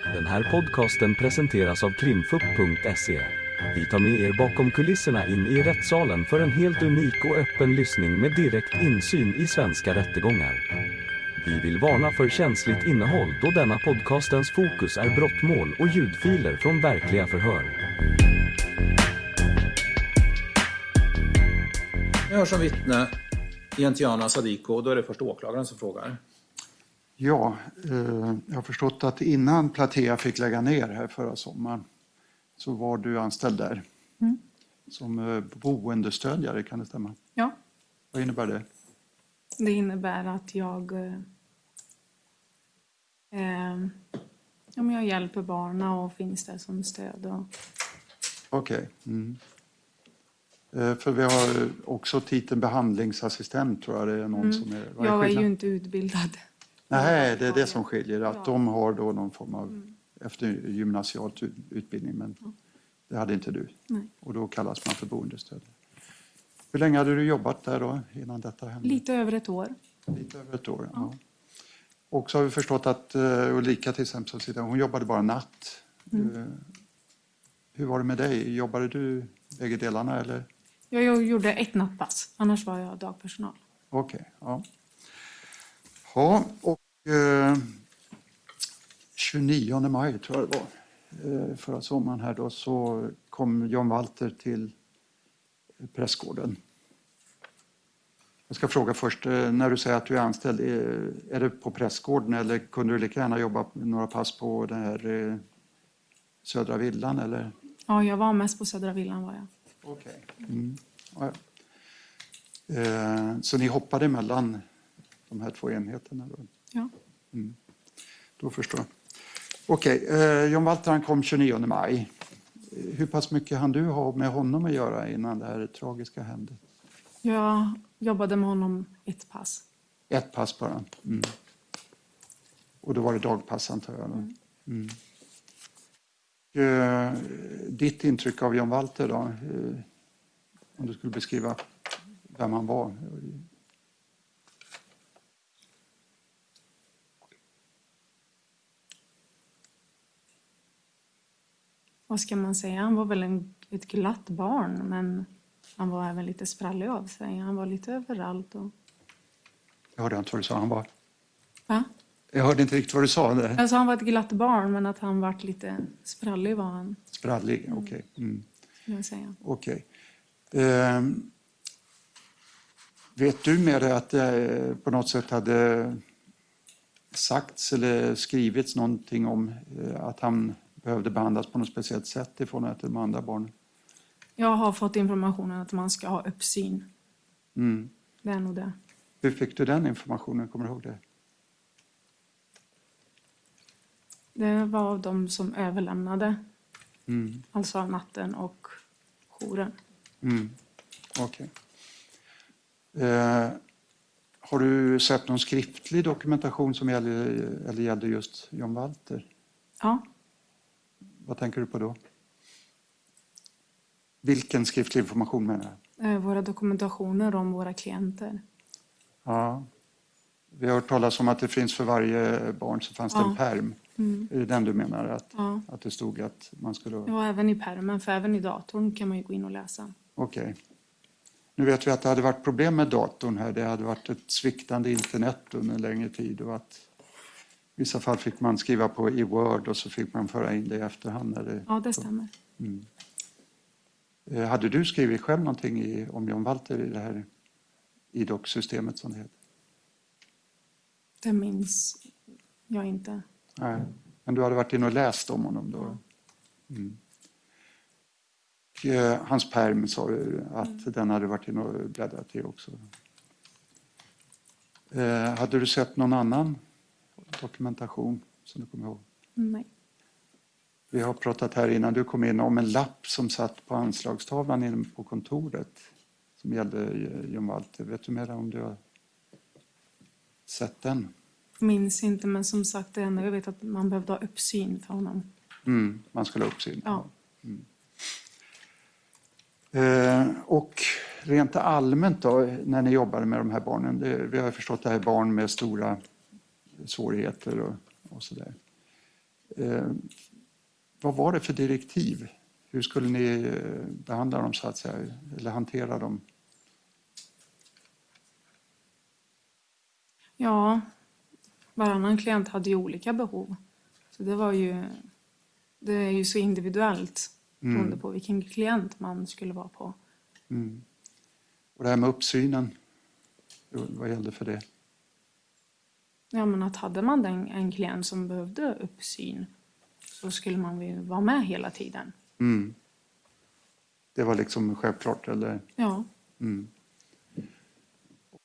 Den här podcasten presenteras av krimfupp.se. Vi tar med er bakom kulisserna in i rättssalen för en helt unik och öppen lyssning med direkt insyn i svenska rättegångar. Vi vill varna för känsligt innehåll då denna podcastens fokus är brottmål och ljudfiler från verkliga förhör. Jag hör som vittne Jentiana Sadiko och då är det först åklagaren som frågar. Ja, jag har förstått att innan Platea fick lägga ner här förra sommaren så var du anställd där som boendestödjare, kan det stämma? Ja. Vad innebär det? Det innebär att jag hjälper barnen och finns där som stöd. Okej. För vi har också titeln behandlingsassistent, tror jag det är någon som är... Jag är ju inte utbildad. Nej, det är det som skiljer. Att de har då någon form av eftergymnasialt utbildning, men det hade inte du. Nej. Och då kallas man för boendestöd. Hur länge hade du jobbat där då innan detta hände? Lite över ett år. Lite över ett år, ja. Och så har vi förstått att Ulrika till exempel, hon jobbade bara natt. Hur var det med dig? Jobbade du bägge delarna eller? Jag gjorde ett nattpass, annars var jag dagpersonal. Okej, ja. Ja, och 29 maj tror jag det var, förra sommaren här då, så kom John Walter till prästgården. Jag ska fråga först, när du säger att du är anställd, är det på prästgården eller kunde du lika gärna jobba några pass på den här Södra villan eller? Ja, jag var mest på Södra villan var jag. Okej. Ja. Så ni hoppade mellan de här två enheterna då? Ja. Då förstår jag. Okej, John Walter han kom 29 maj. Hur pass mycket hann du ha med honom att göra innan det här tragiska hände? Jag jobbade med honom ett pass. Ett pass bara? Och då var det dagpass antar jag? Ditt intryck av John Walter då? Om du skulle beskriva vem han var? Vad ska man säga? Han var väl ett glatt barn, men han var även lite sprallig av sig. Han var lite överallt. Jag hörde inte vad du sa han var. Va? Jag hörde inte riktigt vad du sa. Alltså han var ett glatt barn, men att han var lite sprallig var han. Sprallig, okej. Jag säga. Okej. Vet du med det att det på något sätt hade sagts eller skrivits någonting om att han behövde behandlas på något speciellt sätt ifrån de andra barnen? Jag har fått informationen att man ska ha uppsyn. Det är nog det. Hur fick du den informationen? Kommer du ihåg det? Det var de som överlämnade. Alltså natten och jouren. Okej. Har du sett någon skriftlig dokumentation som gällde just John Walter? Ja. Vad tänker du på då? Vilken skriftlig information menar du? Våra dokumentationer om våra klienter. Ja. Vi har hört talas om att det finns för varje barn så fanns det en pärm. Är det den du menar? Att det stod att man skulle... Ja, även i pärmen. För även i datorn kan man ju gå in och läsa. Okej. Nu vet vi att det hade varit problem med datorn här. Det hade varit ett sviktande internet under en längre tid. Och att i vissa fall fick man skriva på i Word och så fick man föra in det i efterhand. Ja, det stämmer. Hade du skrivit själv någonting om John Walter i det här IDOC-systemet som det heter? Det minns jag inte. Nej, men du hade varit in och läst om honom då? Och, hans pärm sa du att den hade varit in och bläddrat i också. Hade du sett någon annan dokumentation som du kommer ihåg? Nej. Vi har pratat här innan du kom in om en lapp som satt på anslagstavlan inne på kontoret som gällde John Walter. Vet du mer om du har sett den? Minns inte, men som sagt, det enda jag vet att man behövde ha uppsyn för honom. Man skulle ha uppsyn. Ja. Och rent allmänt då, när ni jobbade med de här barnen, vi har förstått att det här är barn med stora svårigheter och sådär. Vad var det för direktiv? Hur skulle ni behandla dem så att säga, eller hantera dem? Ja, varannan klient hade ju olika behov. Så det är ju så individuellt beroende på vilken klient man skulle vara på. Mm. Och det här med uppsynen, vad gällde för det? Ja, men att hade man en klient som behövde uppsyn så skulle man ju vara med hela tiden. Mm. Det var liksom självklart, eller? Ja. Mm. Och,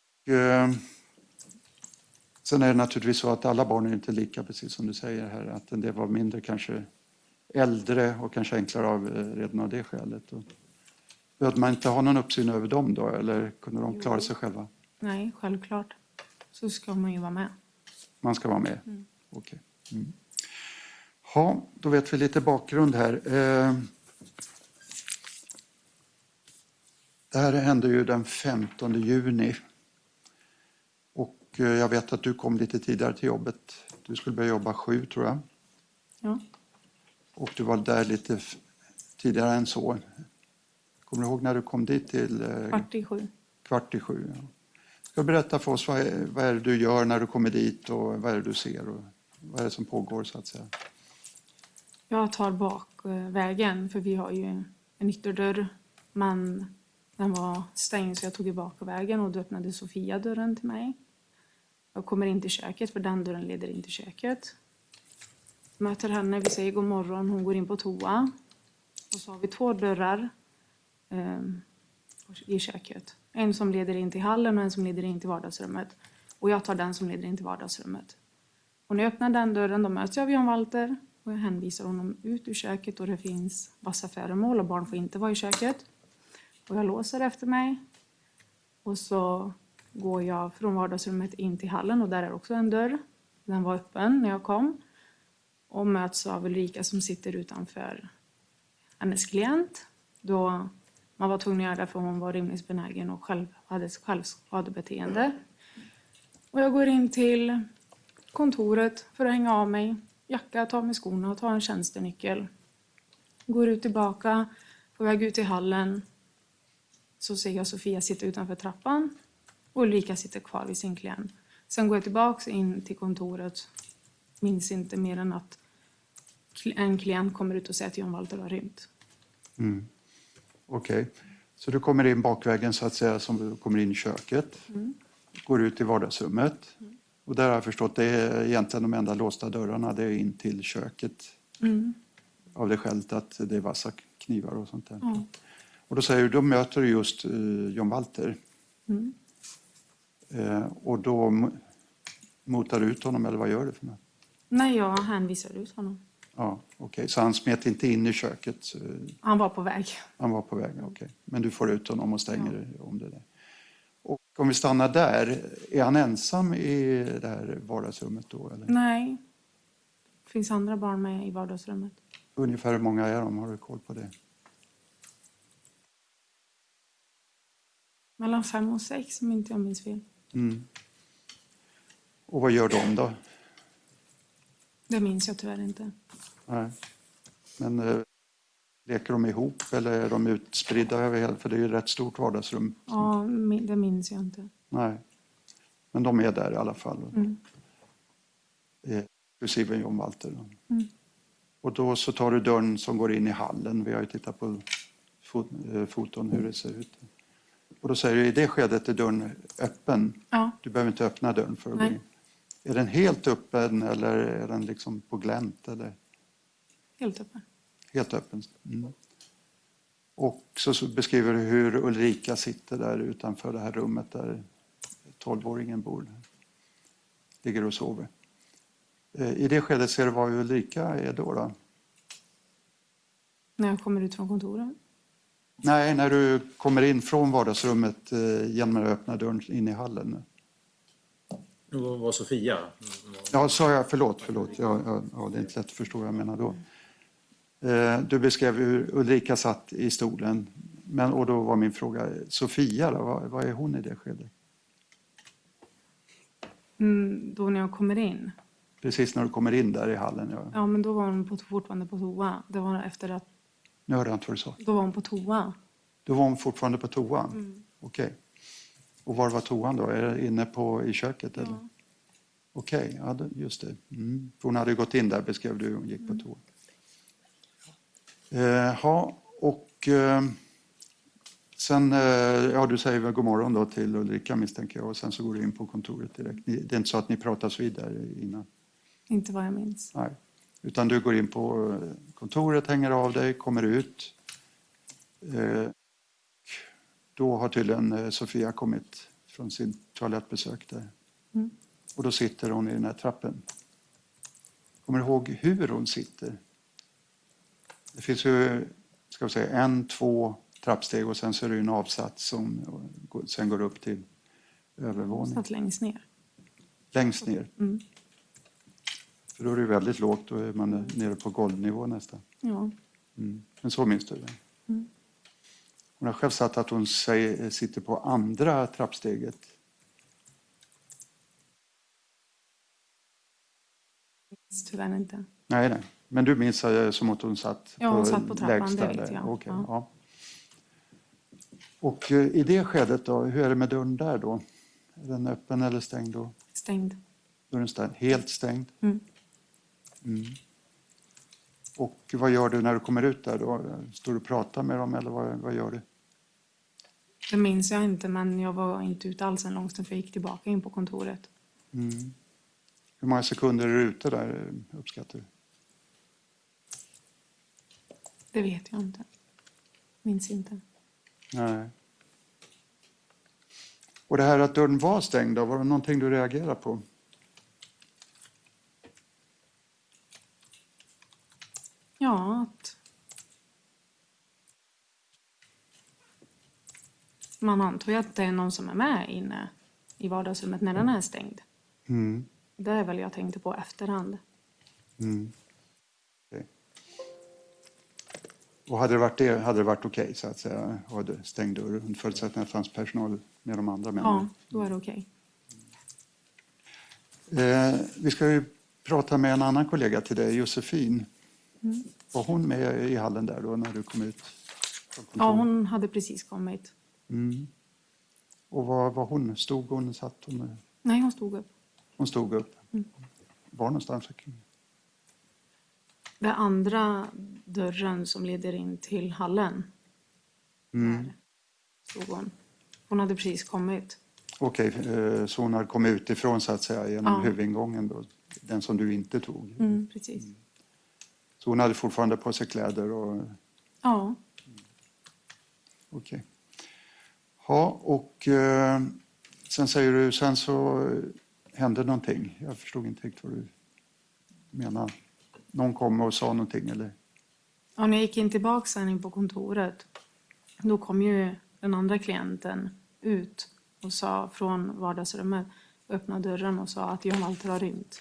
sen är det naturligtvis så att alla barn är inte lika, precis som du säger här. Att en del var mindre kanske äldre och kanske enklare av redan av det skälet. Och behövde man inte ha någon uppsyn över dem då, eller kunde de klara sig själva? Nej, självklart. Så ska man ju vara med. Man ska vara med? Okej. Mm. Ja, då vet vi lite bakgrund här. Det här hände ju den 15 juni. Och jag vet att du kom lite tidigare till jobbet. Du skulle börja jobba 7, tror jag. Ja. Och du var där lite tidigare än så. Kommer du ihåg när du kom dit till? 6:45. 6:45, ja. Ska du berätta för oss vad är det du gör när du kommer dit och vad är det du ser och vad är det som pågår så att säga? Jag tar bakvägen för vi har ju en ytterdörr. Men den var stängd så jag tog bakvägen och då öppnade Sofia dörren till mig. Jag kommer in till köket för den dörren leder in till köket. Möter henne, vi säger god morgon, hon går in på toa. Och så har vi 2 dörrar i köket. En som leder in till hallen och en som leder in till vardagsrummet. Och jag tar den som leder in till vardagsrummet. Och när jag öppnar den dörren då möter jag John Walter. Och jag hänvisar honom ut ur köket och det finns vassa föremål och barn får inte vara i köket. Och jag låser efter mig. Och så går jag från vardagsrummet in till hallen och där är också en dörr. Den var öppen när jag kom. Och möts av Ulrika som sitter utanför hennes klient. Då man var tvungen att göra det för hon var rymningsbenägen och hade självskadebeteende. Och jag går in till kontoret för att hänga av mig. Jacka, ta med skorna och ta en tjänstenyckel. Går ut tillbaka, på väg ut i hallen. Så ser jag Sofia sitta utanför trappan. Och Ulrika sitter kvar vid sin klient. Sen går jag tillbaka in till kontoret. Minns inte mer än att en klient kommer ut och säger att John Walter har rymt. Mm. Okej. Så du kommer in bakvägen så att säga, som du kommer in i köket. Går ut i vardagsrummet. Och där har jag förstått det är egentligen de enda låsta dörrarna. Det är in till köket. Av det skälet att det är vassa knivar och sånt där. Och då säger du, då möter du just John Walter. Och då motar du ut honom eller vad gör du för något? Nej, jag hänvisar ut honom. Ja, okej. Så han smet inte in i köket? Han var på väg. Han var på väg, okej. Men du får ut honom och stänger om det där. Och om vi stannar där, är han ensam i det här vardagsrummet då? Eller? Nej. Det finns andra barn med i vardagsrummet. Ungefär hur många är de? Har du koll på det? Mellan 5 och 6 om inte jag minns fel. Och vad gör de då? Det minns jag tyvärr inte. Nej. Men leker de ihop eller är de utspridda över hela? För det är ju ett rätt stort vardagsrum. Ja, det minns jag inte. Nej. Men de är där i alla fall. Inklusive John Walter. Och då så tar du dörren som går in i hallen. Vi har ju tittat på foton hur det ser ut. Och då säger du, i det skedet är dörren öppen. Ja. Du behöver inte öppna dörren för att gå in. Är den helt öppen eller är den liksom på glänt? Eller? Helt öppen. Helt öppen. Och så beskriver du hur Ulrika sitter där utanför det här rummet där 12-åringen bor. Ligger och sover. I det skedet ser du vad Ulrika är då? När jag kommer ut från kontoret? Nej, när du kommer in från vardagsrummet genom att öppna dörren in i hallen. Det var Sofia. Ja, sa jag. Förlåt. Ja, det är inte lätt att förstå vad jag menar då. Du beskrev hur Ulrika satt i stolen. Och då var min fråga, Sofia då, vad är hon i det skedet? Då när jag kommer in? Precis när du kommer in där i hallen. Ja. Ja, men då var hon fortfarande på toa. Det var efter att... Nu hörde jag inte vad du sa. Då var hon på toa. Då var hon fortfarande på toan? Okej. Och var toan då? Är det inne i köket? Eller? Ja. Okej, ja, just det. För hon hade ju gått in där, beskrev du, och gick på toa. Sen, du säger väl god morgon då till Ulrika, misstänker jag, och sen så går du in på kontoret direkt. Det är inte så att ni pratas vidare innan? Inte vad jag minns. Nej, utan du går in på kontoret, hänger av dig, kommer ut. Då har tydligen Sofia kommit från sin toalettbesök där. Och då sitter hon i den här trappen. Kommer du ihåg hur hon sitter? Det finns ju, ska vi säga, 2 trappsteg och sen så är det en avsats som sen går upp till övervåningen. Satt längst ner. Längst ner? För då är det väldigt lågt, då är man nere på golvnivå nästan. Ja. Men så minns du det? Hon har själv sagt att hon sitter på andra trappsteget. Tyvärr inte. Nej. Men du minns som att hon satt hon satt på trappan, lägsta det vet jag. Okej, ja. Och i det skedet då, hur är det med dörren där då? Är den öppen eller stängd då? Stängd. Då är den stängd. Helt stängd? Och vad gör du när du kommer ut där då? Står du och pratar med dem eller vad gör du? Det minns jag inte, men jag var inte ute alls en lång stund för jag gick tillbaka in på kontoret. Hur många sekunder är du ute där, uppskattar du? Det vet jag inte. Minns inte. Nej. Och det här att dörren var stängd, då, var det någonting du reagerade på? Ja, att man antar ju att det är någon som är med inne i vardagsrummet när den är stängd. Det är väl jag tänkte på efterhand. Okay. Och hade det varit okej, så att säga, hade stängd dörr under förutsättning att det fanns personal med de andra männen? Ja, då är det okej. Vi ska ju prata med en annan kollega till dig, Josefin. Var hon med i hallen där då när du kom ut? Ja, hon hade precis kommit. Och var hon? Stod hon? Satt hon? Nej, hon stod upp. Hon stod upp? Var någonstans? Det andra dörren som leder in till hallen. Där stod hon. Hon hade precis kommit. Okej, så hon hade kommit utifrån så att säga genom huvudingången då? Den som du inte tog? Precis. Så hon hade fortfarande på sig kläder? Och... Ja. Okej. Ja, och sen säger du, sen så hände någonting. Jag förstod inte riktigt vad du menar. Någon kom och sa någonting eller? Ja, när jag gick in tillbaka sen in på kontoret, då kom ju den andra klienten ut och sa från vardagsrummet, öppnade dörren och sa att Jan Walter har rymt.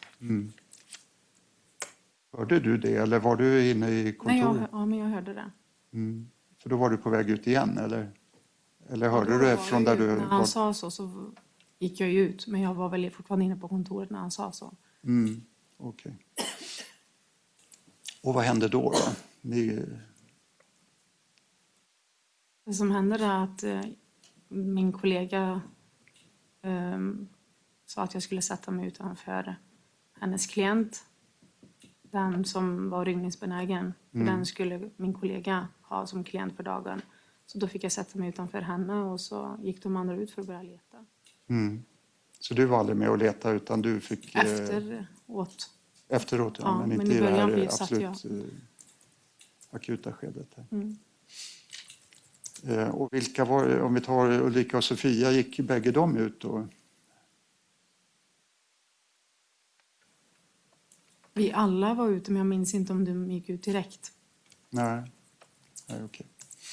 Hörde du det eller var du inne i kontoret? Nej, men jag hörde det. För då var du på väg ut igen eller hörde du det från där du... När han sa så gick jag ju ut, men jag var väl fortfarande inne på kontoret när han sa så. Okej. Och vad hände då? Det som hände är att min kollega sa att jag skulle sätta mig utanför hennes klient. Den som var rymningsbenägen. Den skulle min kollega ha som klient för dagen. Så då fick jag sätta mig utanför henne och så gick de andra ut för att börja leta. Så du var aldrig med och leta utan du fick... Efteråt. Efteråt, ja. Men inte i det här absolut akuta skedet. Och vilka var, om vi tar Ulrika och Sofia, gick bägge de ut då? Vi alla var ute, men jag minns inte om de gick ut direkt. Nej, okej.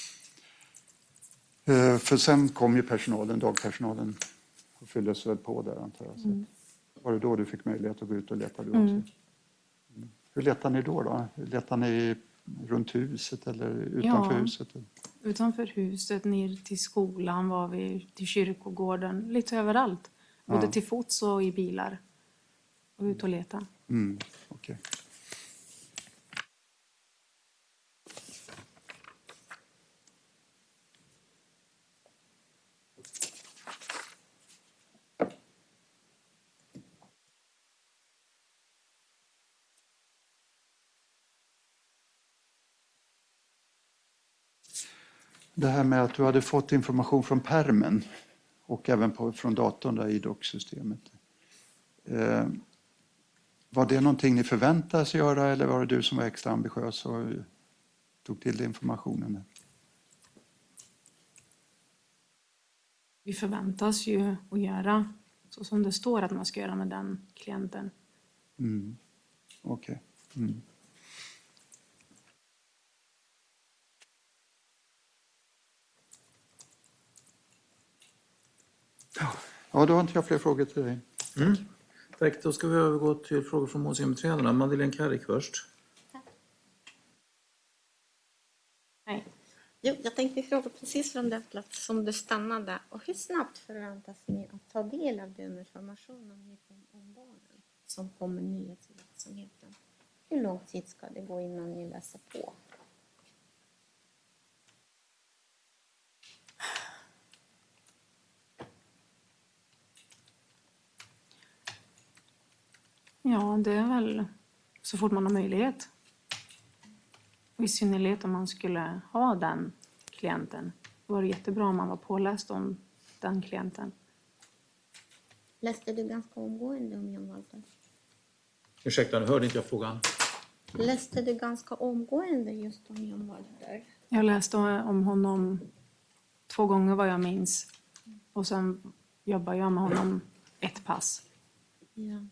För sen kom ju dagpersonalen och fylldes väl på där antar jag. Så var det då du fick möjlighet att gå ut och leta du också? Hur letar ni då? Letar ni runt huset eller utanför huset? Utanför huset, ner till skolan var vi, till kyrkogården, lite överallt. Både till fots och i bilar. Och ut och leta. Okej. Det här med att du hade fått information från pärmen och även från datorn där i docksystemet. Var det någonting ni förväntades göra eller var det du som var extra ambitiös och tog till dig informationen? Vi förväntas ju att göra så som det står att man ska göra med den klienten. Okej. Ja, då har inte jag fler frågor till dig. Tack, då ska vi övergå till frågor från målsägandebiträdena. Madeleine Kärrik först. Nej. Jo, jag tänkte fråga precis från den plats som du stannade. Och hur snabbt förväntas ni att ta del av den informationen om barnen som kommer nya till verksamheten? Hur lång tid ska det gå innan ni läser på? Ja, det är väl så fort man har möjlighet. Och i synnerhet om man skulle ha den klienten. Det var jättebra om man var påläst om den klienten. Läste du ganska omgående om John Walter? Ursäkta, nu hörde inte jag frågan. Läste du ganska omgående just om John Walter? Jag läste om honom 2 gånger vad jag minns. Och sen jobbar jag med honom 1 pass. Ja.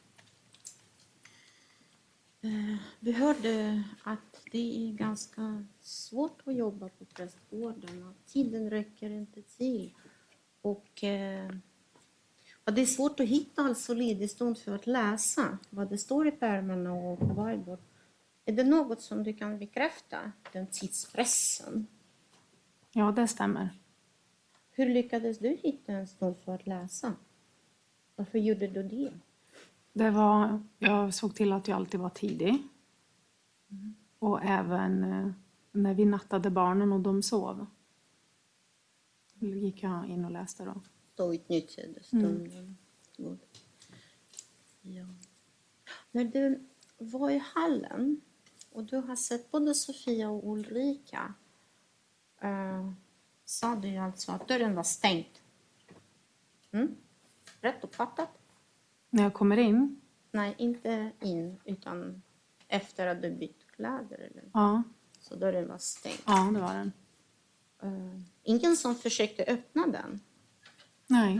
Vi hörde att det är ganska svårt att jobba på prästgården och tiden räcker inte till. Och det är svårt att hitta alltså ledig stund för att läsa vad det står i pärmarna och på whiteboard. Är det något som du kan bekräfta, den tidspressen? Ja, det stämmer. Hur lyckades du hitta en stund för att läsa? Varför gjorde du det? Jag såg till att jag alltid var tidig. Och även när vi nattade barnen och de sov. Då gick jag in och läste då. Då utnyttjade stunden. Ja. När du var i hallen och du har sett både Sofia och Ulrika sa du ju alltså att dörren var stängd. Rätt uppfattat? När jag kommer in? Nej, inte in utan efter att du bytt kläder. Eller? Ja. Så dörren var stängd. Ja, det var den. Ingen som försökte öppna den? Nej.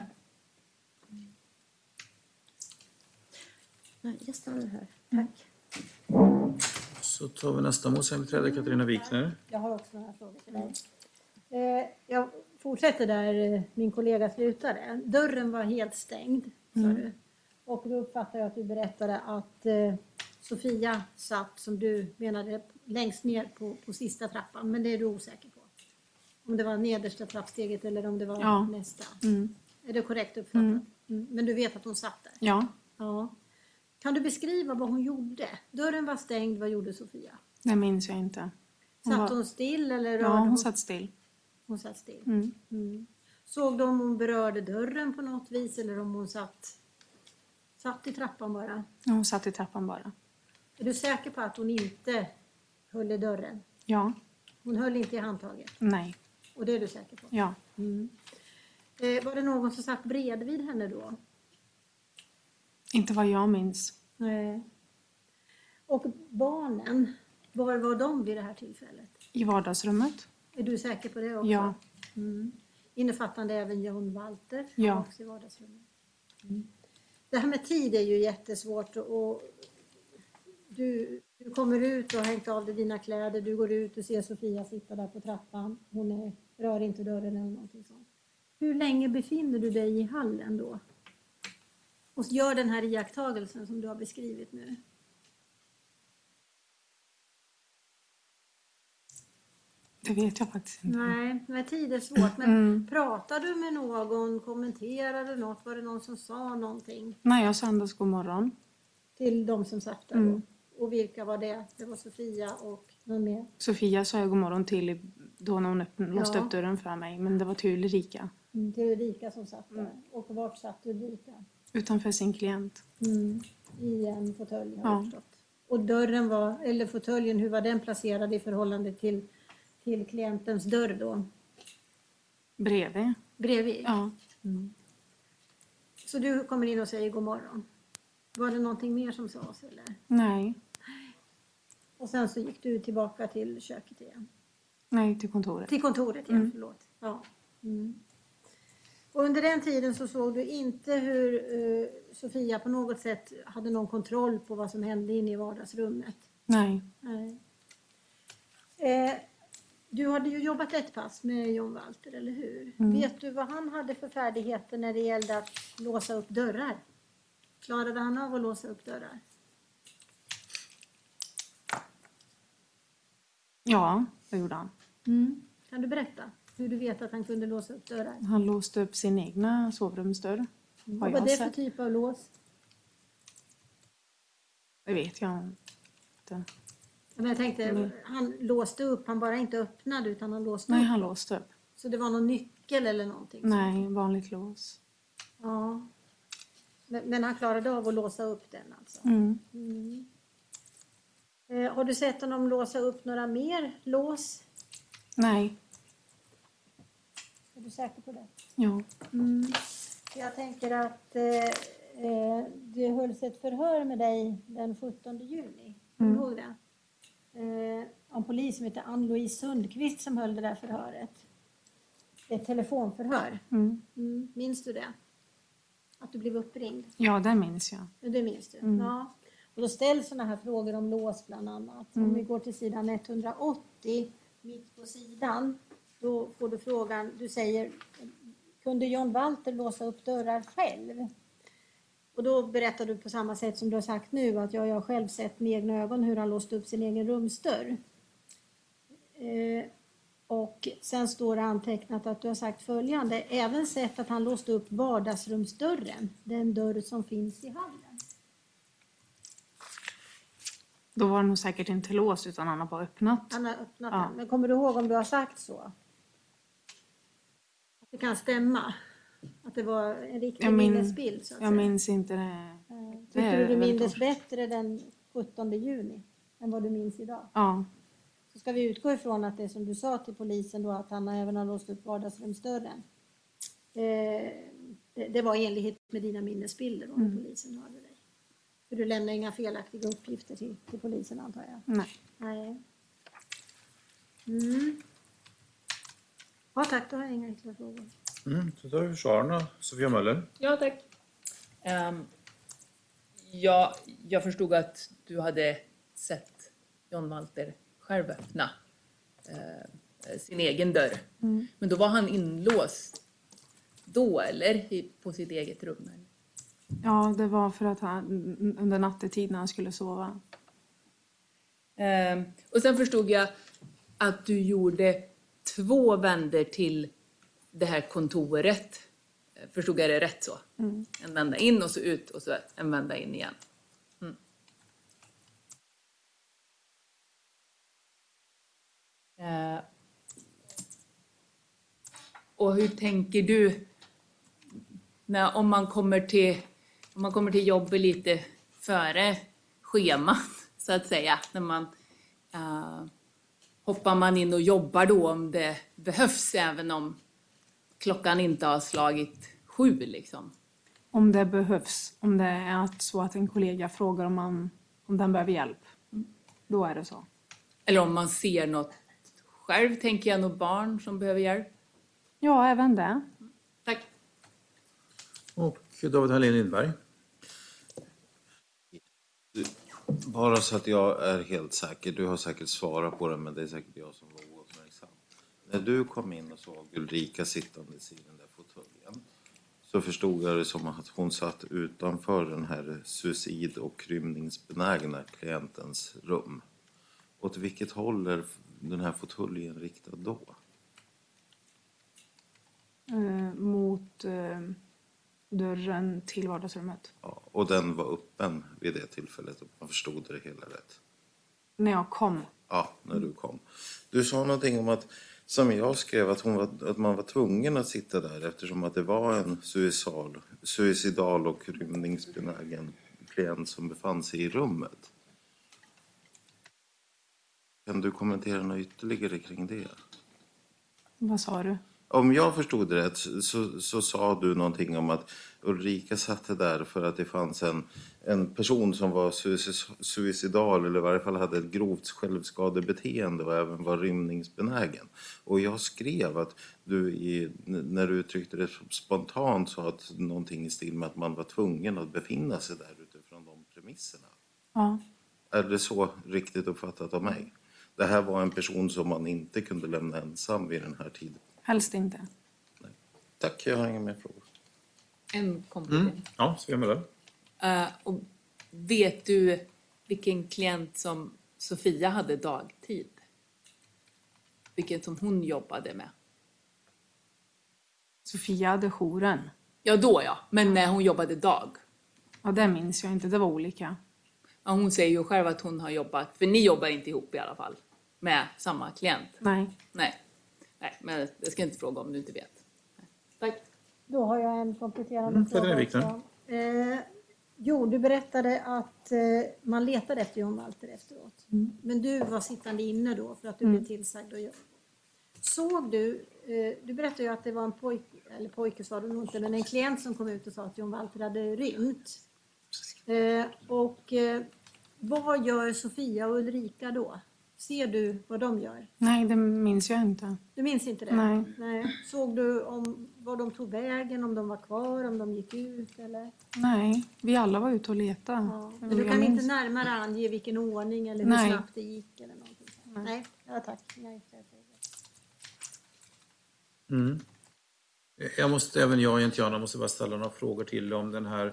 Nej, jag stannar här. Tack. Så tar vi nästa målsägandebiträde, Katarina Wikner. Jag har också några frågor till dig. Jag fortsätter där min kollega slutade. Dörren var helt stängd, sa du. Och då uppfattar jag att du berättade att Sofia satt, som du menade, längst ner på sista trappan. Men det är du osäker på. Om det var nedersta trappsteget eller om det var nästa. Är det korrekt uppfattat? Men du vet att hon satt där? Ja. Ja. Kan du beskriva vad hon gjorde? Dörren var stängd, vad gjorde Sofia? Det minns jag inte. Satt hon still eller Ja, hon satt still. Hon satt still. Såg du om hon berörde dörren på något vis eller om hon satt i trappan bara? Ja, hon satt i trappan bara. Är du säker på att hon inte höll i dörren? Ja. Hon höll inte i handtaget? Nej. Och det är du säker på? Ja. Var det någon som satt bredvid henne då? Inte vad jag minns. Nej. Och barnen, var var de vid det här tillfället? I vardagsrummet? Är du säker på det också? Ja. Innefattande även John Walter? Ja. Också i vardagsrummet. Det här med tid är ju jättesvårt. Och du kommer ut och har hängt av dig dina kläder. Du går ut och ser Sofia sitta där på trappan. Hon rör inte dörren eller någonting sånt. Hur länge befinner du dig i hallen då? Och gör den här iakttagelsen som du har beskrivit nu. Det vet jag faktiskt inte. Nej, med tid är svårt. Men pratar du med någon? Kommenterade något? Var det någon som sa någonting? Nej, jag sa endast god morgon. till de som satt där då. Och vilka var det? Det var Sofia och någon mer. Sofia sa jag god morgon till då när hon låste upp dörren för mig. Men det var till Ulrika. Till Ulrika som satt där. Och vart satt Ulrika? Utanför sin klient. I en fåtölj har Ja. jag förstått. Och dörren var, eller fåtöljen, hur var den placerad i förhållande till klientens dörr då? Bredvid. Bredvid? Ja. Så du kommer in och säger god morgon. Var det någonting mer som sades eller? Nej. Och sen så gick du tillbaka till köket igen. Nej, till kontoret. Till kontoret igen, förlåt. Ja. Och under den tiden så såg du inte hur Sofia på något sätt hade någon kontroll på vad som hände inne i vardagsrummet. Nej. Nej. Du hade ju jobbat ett pass med John Walter, eller hur? Vet du vad han hade för färdigheter när det gällde att låsa upp dörrar? Klarade han av att låsa upp dörrar? Ja, det gjorde han. Kan du berätta hur du vet att han kunde låsa upp dörrar? Han låste upp sin egna sovrumsdörr. Vad var det för typ av lås? Det vet jag inte. Men jag tänkte, han låste upp, han bara inte öppnade utan han låste Nej, upp. han låste upp. Så det var någon nyckel eller någonting? Nej, vanligt lås. Ja. Men han klarade av att låsa upp den alltså? Har du sett honom låsa upp några mer lås? Nej. Är du säker på det? Ja. Jag tänker att det hölls ett förhör med dig den 17 juni. Kommer du ihåg det? En polis som heter Ann-Louise Sundqvist som höll det där förhöret. Ett telefonförhör. Minns du det? Att du blev uppringd? Ja, det minns jag. Det minns du? Ja. Och då ställs sådana här frågor om lås bland annat. Om vi går till sidan 180, mitt på sidan. Då får du frågan, du säger, kunde John Walter låsa upp dörrar själv? Och då berättar du på samma sätt som du har sagt nu att jag har själv sett med egna ögon hur han låste upp sin egen rumsdörr. Och sen står det antecknat att du har sagt följande. Även sett att han låste upp vardagsrumsdörren, den dörr som finns i hallen. Då var det nog säkert inte låst utan han har bara öppnat. Han har öppnat Ja. den. Men kommer du ihåg om du har sagt så? Att det kan stämma? Att det var en riktig minnesbild så att Jag säga. minns inte det. Tycker du väl minns torrt. bättre den 17 juni än vad du minns idag? Ja. Så ska vi utgå ifrån att det som du sa till polisen då, att han även har låst upp vardagsrumsdörren. Det var i enlighet med dina minnesbilder om polisen hörde dig. För du lämnar inga felaktiga uppgifter till polisen antar jag. Nej. Nej. Ja tack, då har jag inga ytterligare frågor. Så tar vi försvararna. Sofia Möller. Ja, tack. Jag förstod att du hade sett John Walter själv öppna sin egen dörr. Men då var han inlåst då, eller? På sitt eget rum? Eller? Ja, det var för att han under nattetid när han skulle sova. Och sen förstod jag att du gjorde 2 vändor till det här kontoret. Förstod jag det rätt så? En vända in och så ut och så en vända in igen. Och hur tänker du om man kommer till jobbet lite före schemat så att säga, när man hoppar man in och jobbar då om det behövs även om klockan inte har slagit 7 liksom? Om det behövs. Om det är så att en kollega frågar om den behöver hjälp. Då är det så. Eller om man ser något själv, tänker jag, något barn som behöver hjälp. Ja, även det. Tack. Och David Hallin Lindberg. Bara så att jag är helt säker, du har säkert svarat på det, men det är säkert jag som var ouppmärksam. När du kom in och såg Ulrika sittandes i den där fåtöljen så förstod jag det som att hon satt utanför den här suicid- och krymningsbenägna klientens rum. Åt vilket håll är den här fåtöljen riktad då? Mot dörren till vardagsrummet. Ja, och den var öppen vid det tillfället, om man förstod det hela rätt. När jag kom. Ja, när du kom. Du sa någonting om att, som jag skrev, att man var tvungen att sitta där eftersom att det var en suicidal och rymningsbenägen klient som befann sig i rummet. Kan du kommentera något ytterligare kring det? Vad sa du? Om jag förstod det rätt så sa du någonting om att Ulrika satt där för att det fanns en person som var suicidal eller i varje fall hade ett grovt självskadebeteende och även var rymningsbenägen. Och jag skrev att när du uttryckte det spontant sa att någonting i stil med att man var tvungen att befinna sig där utifrån de premisserna. Ja. Är det så riktigt uppfattat av mig? Det här var en person som man inte kunde lämna ensam vid den här tiden. Helst inte. Nej. Tack, jag har inga mer frågor. En komplettering. Ja, så gör man det. Och vet du vilken klient som Sofia hade dagtid? Vilken som hon jobbade med? Sofia hade jouren. Ja, då ja. Men när hon jobbade dag? Ja, det minns jag inte. Det var olika. Ja, hon säger ju själv att hon har jobbat, för ni jobbar inte ihop i alla fall, med samma klient. Nej. Nej, men jag ska inte fråga om du inte vet. Nej. Tack. Då har jag en kompletterande det är fråga viktigt. också. Jo, du berättade att man letade efter John Walter efteråt. Men du var sittande inne då för att du blev tillsagd att göra. Såg du, du berättade ju att det var en pojke sa du nog inte, men en klient som kom ut och sa att John Walter hade rymt. Vad gör Sofia och Ulrika då? Ser du vad de gör? Nej, det minns jag inte. Du minns inte det? Nej. Såg du var de tog vägen, om de var kvar, om de gick ut eller? Nej, vi alla var ute och letade. Ja. Men du kan inte närmare ange vilken ordning eller hur Nej. snabbt det gick eller någonting? Nej, ja, tack. Nej, Även jag och Jentiana måste bara ställa några frågor till om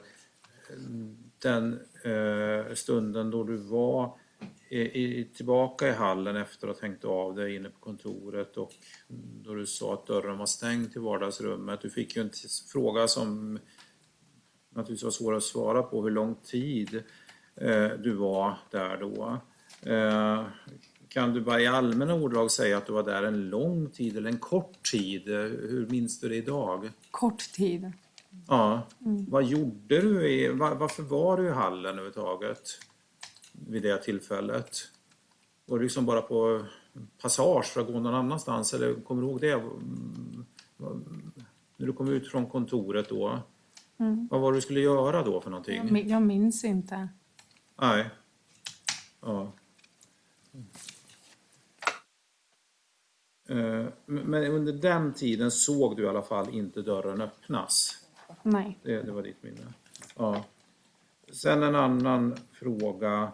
den stunden då du var tillbaka i hallen efter att ha hängt av dig inne på kontoret och då du sa att dörren var stängd till vardagsrummet. Du fick ju en fråga som naturligtvis var svår att svara på, hur lång tid du var där då. Kan du bara i allmänna ordalag säga att du var där en lång tid eller en kort tid? Hur minns du det idag? Kort tid. Ja. Vad gjorde du? Varför var du i hallen överhuvudtaget vid det tillfället? Var du liksom bara på passage för att gå någon annanstans? Eller kommer du ihåg det? När du kom ut från kontoret då? Vad var det du skulle göra då för någonting? Jag minns inte. Nej. Ja. Men under den tiden såg du i alla fall inte dörren öppnas. Nej. Det var ditt minne. Ja. Sen en annan fråga.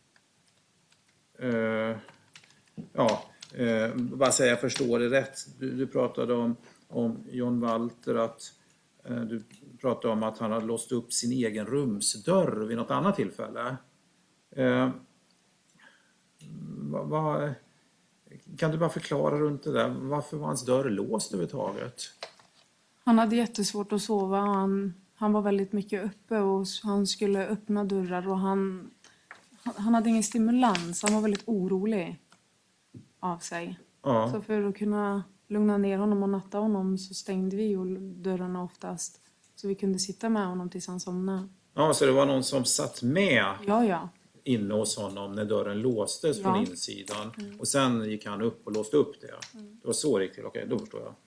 Bara säga, jag förstår det rätt. Du pratade om John Walter, att du pratade om att han hade låst upp sin egen rumsdörr vid något annat tillfälle. Kan du bara förklara runt det där? Varför var hans dörr låst överhuvudtaget? Han hade jättesvårt att sova. Han var väldigt mycket uppe och han skulle öppna dörrar och han hade ingen stimulans. Han var väldigt orolig av sig. Ja. Så för att kunna lugna ner honom och natta honom så stängde vi ju dörrarna oftast. Så vi kunde sitta med honom tills han somnade. Ja, så det var någon som satt med Ja. inne hos honom när dörren låstes från insidan. Och sen gick han upp och låste upp det. Det var så riktigt. Okej, då förstår jag.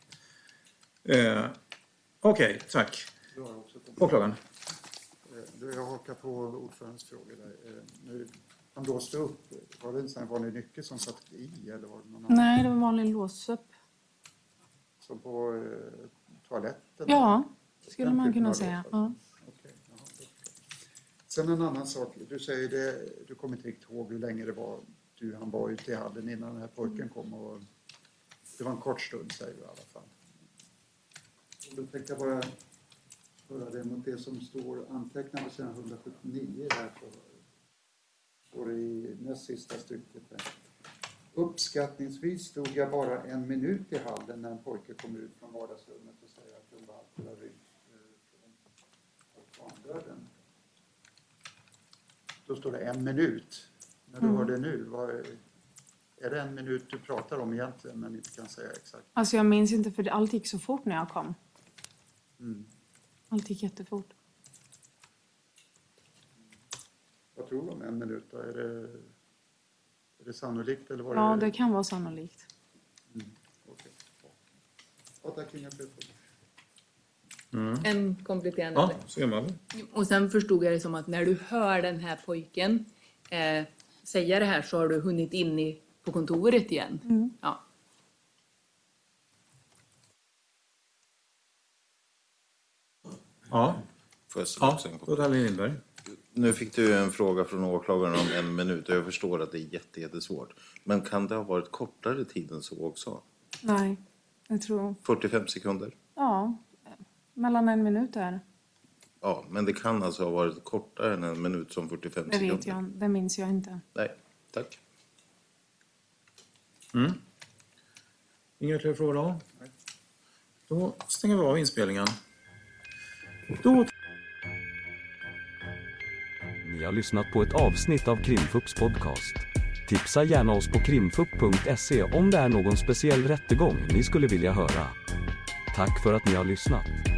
Okej, tack. Åklagaren. Jag hakar på ordförandens frågor där. När han låste upp, var det en sån här vanlig nyckel som satt i? Eller var det någon annan? Nej, det var en vanlig låsupp. Som på toaletten? Ja, skulle man kunna säga. Ja. Okej, jaha. Sen en annan sak. Du säger det, du kommer inte riktigt ihåg hur länge det var han var ute i hallen innan den här pojken kom. Och det var en kort stund, säger du i alla fall. Och då tänkte jag bara höra det mot det som står antecknat sedan 179 där så står det i näst sista stycket där. Uppskattningsvis stod jag bara 1 minut i hallen när en pojke kom ut från vardagsrummet och säger att John Walter har rymt från Dörren. Då står det 1 minut. När du hör det nu, är det 1 minut du pratar om egentligen men inte kan säga exakt? Alltså jag minns inte för allt gick så fort när jag kom. Allt gick jättefort. Vad tror du om 1 minut då? Är det sannolikt eller var Ja, det kan vara sannolikt. Okej. Ja, tack, inga fler frågor. En kompletterande. Ja, så gör man. Och sen förstod jag det som att när du hör den här pojken säga det här så har du hunnit in på kontoret igen. Ja. Ja, Får jag ställa ja. också en Då Dahlin Lindberg. Nu fick du en fråga från åklagaren om 1 minut och jag förstår att det är jättesvårt. Men kan det ha varit kortare tid än så också? Nej, jag tror... 45 sekunder? Ja, mellan 1 minut där. Ja, men det kan alltså ha varit kortare än 1 minut som 45 Det sekunder. vet jag, det minns jag inte. Nej, tack. Inga fler frågor då? Då stänger vi av inspelningen. Då Ni har lyssnat på ett avsnitt av Krimfupps podcast. Tipsa gärna oss på krimfupp.se om det är någon speciell rättegång ni skulle vilja höra. Tack för att ni har lyssnat.